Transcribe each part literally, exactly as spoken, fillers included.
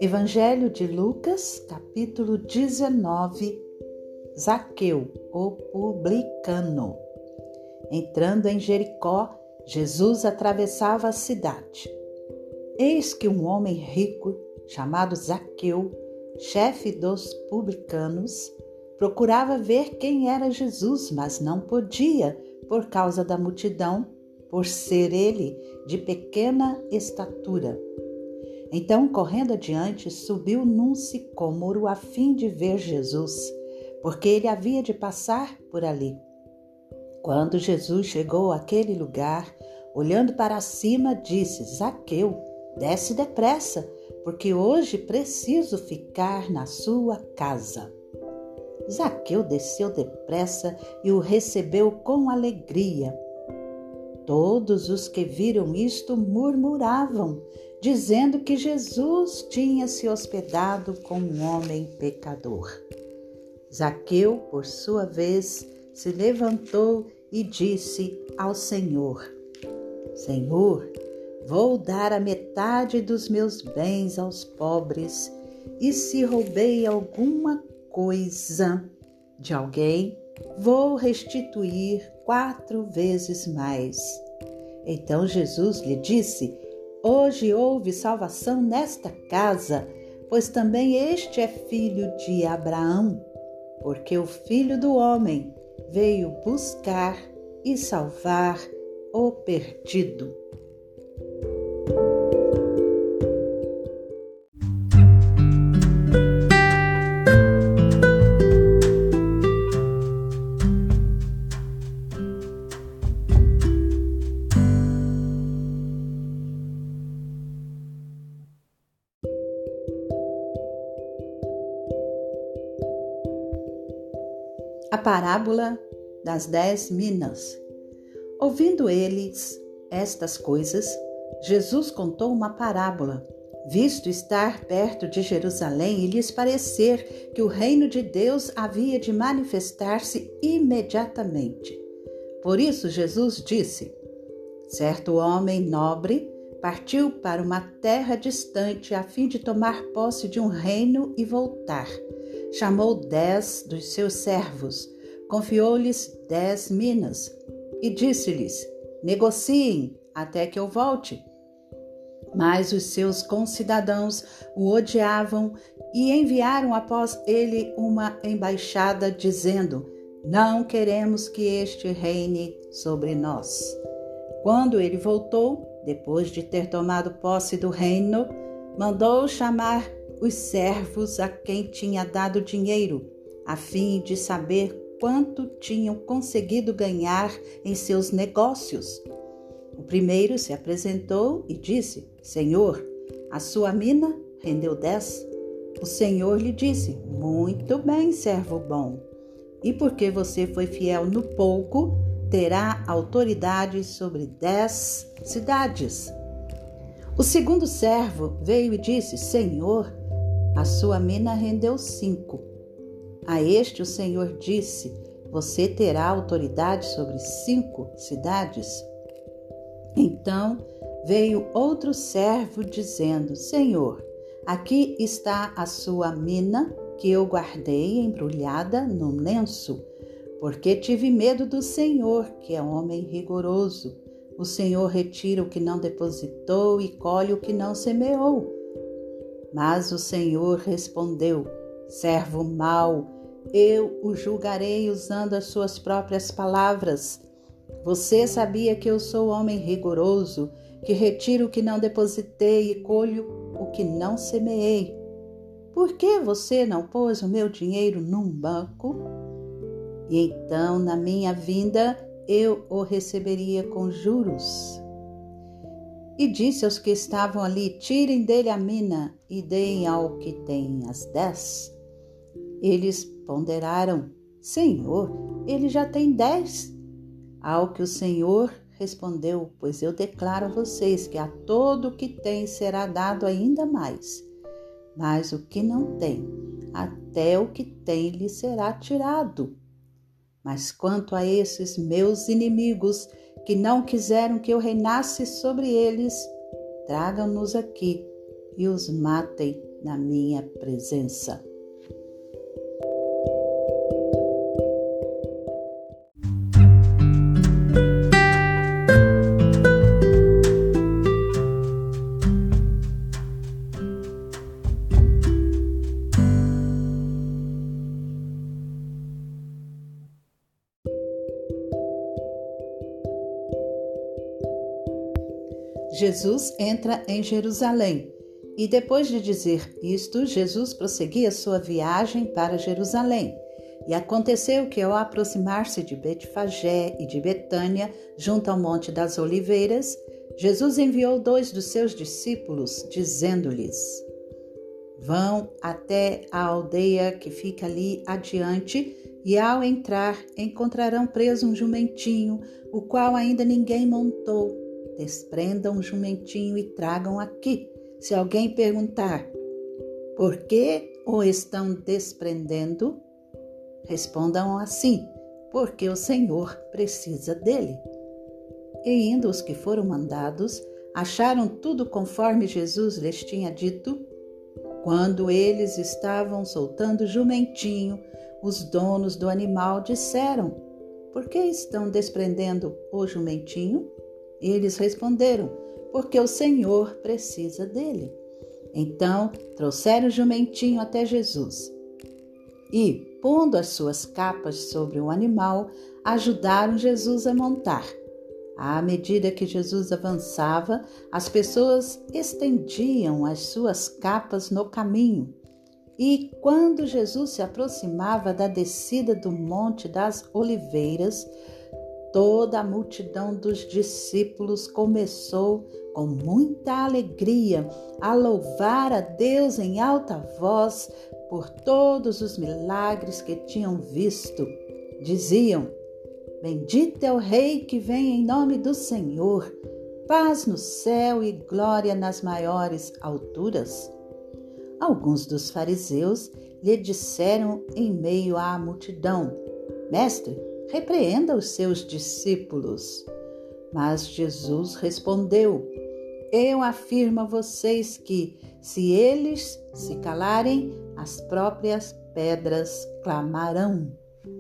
Evangelho de Lucas, capítulo dezenove. Zaqueu, o publicano. Entrando em Jericó, Jesus atravessava a cidade. Eis que um homem rico, chamado Zaqueu, chefe dos publicanos, procurava ver quem era Jesus, mas não podia, por causa da multidão, por ser ele de pequena estatura. Então, correndo adiante, subiu num sicômoro a fim de ver Jesus, porque ele havia de passar por ali. Quando Jesus chegou àquele lugar, olhando para cima, disse: Zaqueu, desce depressa, porque hoje preciso ficar na sua casa. Zaqueu desceu depressa e o recebeu com alegria. Todos os que viram isto murmuravam, dizendo que Jesus tinha se hospedado com um homem pecador. Zaqueu, por sua vez, se levantou e disse ao Senhor: Senhor, vou dar a metade dos meus bens aos pobres, e se roubei alguma coisa de alguém, vou restituir quatro vezes mais. Então Jesus lhe disse: Hoje houve salvação nesta casa, pois também este é filho de Abraão, porque o Filho do Homem veio buscar e salvar o perdido. A parábola das dez minas. Ouvindo eles estas coisas, Jesus contou uma parábola, visto estar perto de Jerusalém e lhes parecer que o reino de Deus havia de manifestar-se imediatamente. Por isso Jesus disse: Certo homem nobre partiu para uma terra distante a fim de tomar posse de um reino e voltar. Chamou dez dos seus servos, confiou-lhes dez minas e disse-lhes: negociem até que eu volte. Mas os seus concidadãos o odiavam e enviaram após ele uma embaixada dizendo: não queremos que este reine sobre nós. Quando ele voltou, depois de ter tomado posse do reino, mandou chamar os servos a quem tinha dado dinheiro, a fim de saber quanto tinham conseguido ganhar em seus negócios. O primeiro se apresentou e disse: Senhor, a sua mina rendeu dez. O Senhor lhe disse: muito bem, servo bom. E porque você foi fiel no pouco, terá autoridade sobre dez cidades. O segundo servo veio e disse: Senhor, a sua mina rendeu cinco. A este o Senhor disse: você terá autoridade sobre cinco cidades? Então veio outro servo dizendo: Senhor, aqui está a sua mina que eu guardei embrulhada num lenço, porque tive medo do Senhor, que é homem rigoroso. O Senhor retira o que não depositou e colhe o que não semeou. Mas o Senhor respondeu: servo mau, eu o julgarei usando as suas próprias palavras. Você sabia que eu sou homem rigoroso, que retiro o que não depositei e colho o que não semeei. Por que você não pôs o meu dinheiro num banco? E então, na minha vinda, eu o receberia com juros. E disse aos que estavam ali: tirem dele a mina e deem ao que tem as dez. Eles ponderaram: Senhor, ele já tem dez. Ao que o Senhor respondeu: pois eu declaro a vocês que a todo o que tem será dado ainda mais, mas o que não tem, até o que tem lhe será tirado. Mas quanto a esses meus inimigos, que não quiseram que eu reinasse sobre eles, tragam-nos aqui e os matem, na minha presença. Jesus entra em Jerusalém e depois de dizer isto, Jesus prosseguia sua viagem para Jerusalém. E aconteceu que ao aproximar-se de Betfagé e de Betânia, junto ao Monte das Oliveiras, Jesus enviou dois dos seus discípulos, dizendo-lhes: Vão até a aldeia que fica ali adiante, e ao entrar encontrarão preso um jumentinho, o qual ainda ninguém montou. Desprendam o jumentinho e tragam aqui. Se alguém perguntar, por que o estão desprendendo? Respondam assim, porque o Senhor precisa dele. E indo os que foram mandados, acharam tudo conforme Jesus lhes tinha dito. Quando eles estavam soltando o jumentinho, os donos do animal disseram, por que estão desprendendo o jumentinho? Eles responderam, porque o Senhor precisa dele. Então trouxeram o jumentinho até Jesus e, pondo as suas capas sobre o animal, ajudaram Jesus a montar. À medida que Jesus avançava, as pessoas estendiam as suas capas no caminho. E quando Jesus se aproximava da descida do Monte das Oliveiras, toda a multidão dos discípulos começou, com muita alegria, a louvar a Deus em alta voz por todos os milagres que tinham visto. Diziam, bendito é o Rei que vem em nome do Senhor, paz no céu e glória nas maiores alturas. Alguns dos fariseus lhe disseram em meio à multidão, Mestre, repreenda os seus discípulos. Mas Jesus respondeu, eu afirmo a vocês que, se eles se calarem, as próprias pedras clamarão.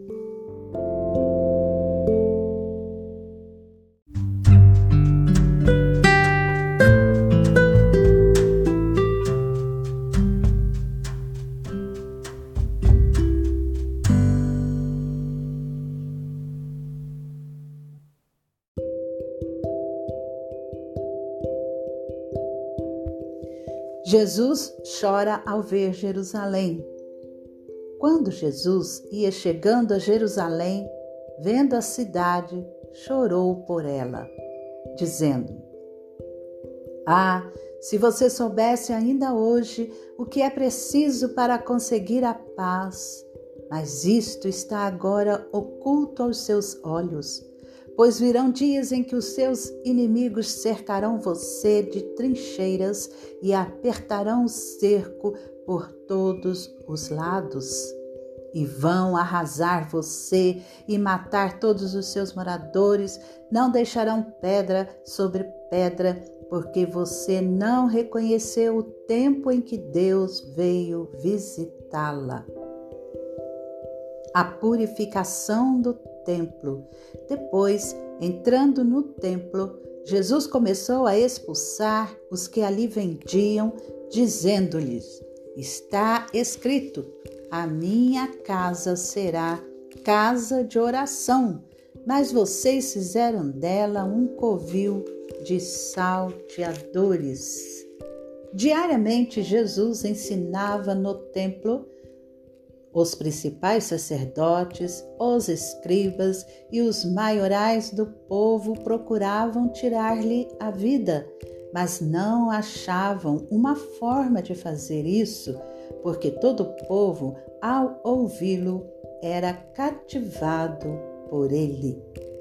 Jesus chora ao ver Jerusalém. Quando Jesus ia chegando a Jerusalém, vendo a cidade, chorou por ela, dizendo, Ah, se você soubesse ainda hoje o que é preciso para conseguir a paz, mas isto está agora oculto aos seus olhos. Pois virão dias em que os seus inimigos cercarão você de trincheiras e apertarão o cerco por todos os lados. E vão arrasar você e matar todos os seus moradores, não deixarão pedra sobre pedra, porque você não reconheceu o tempo em que Deus veio visitá-la. A purificação do templo. Depois, entrando no templo, Jesus começou a expulsar os que ali vendiam, dizendo-lhes, está escrito, a minha casa será casa de oração, mas vocês fizeram dela um covil de salteadores. Diariamente, Jesus ensinava no templo. Os principais sacerdotes, os escribas e os maiorais do povo procuravam tirar-lhe a vida, mas não achavam uma forma de fazer isso, porque todo o povo, ao ouvi-lo, era cativado por ele.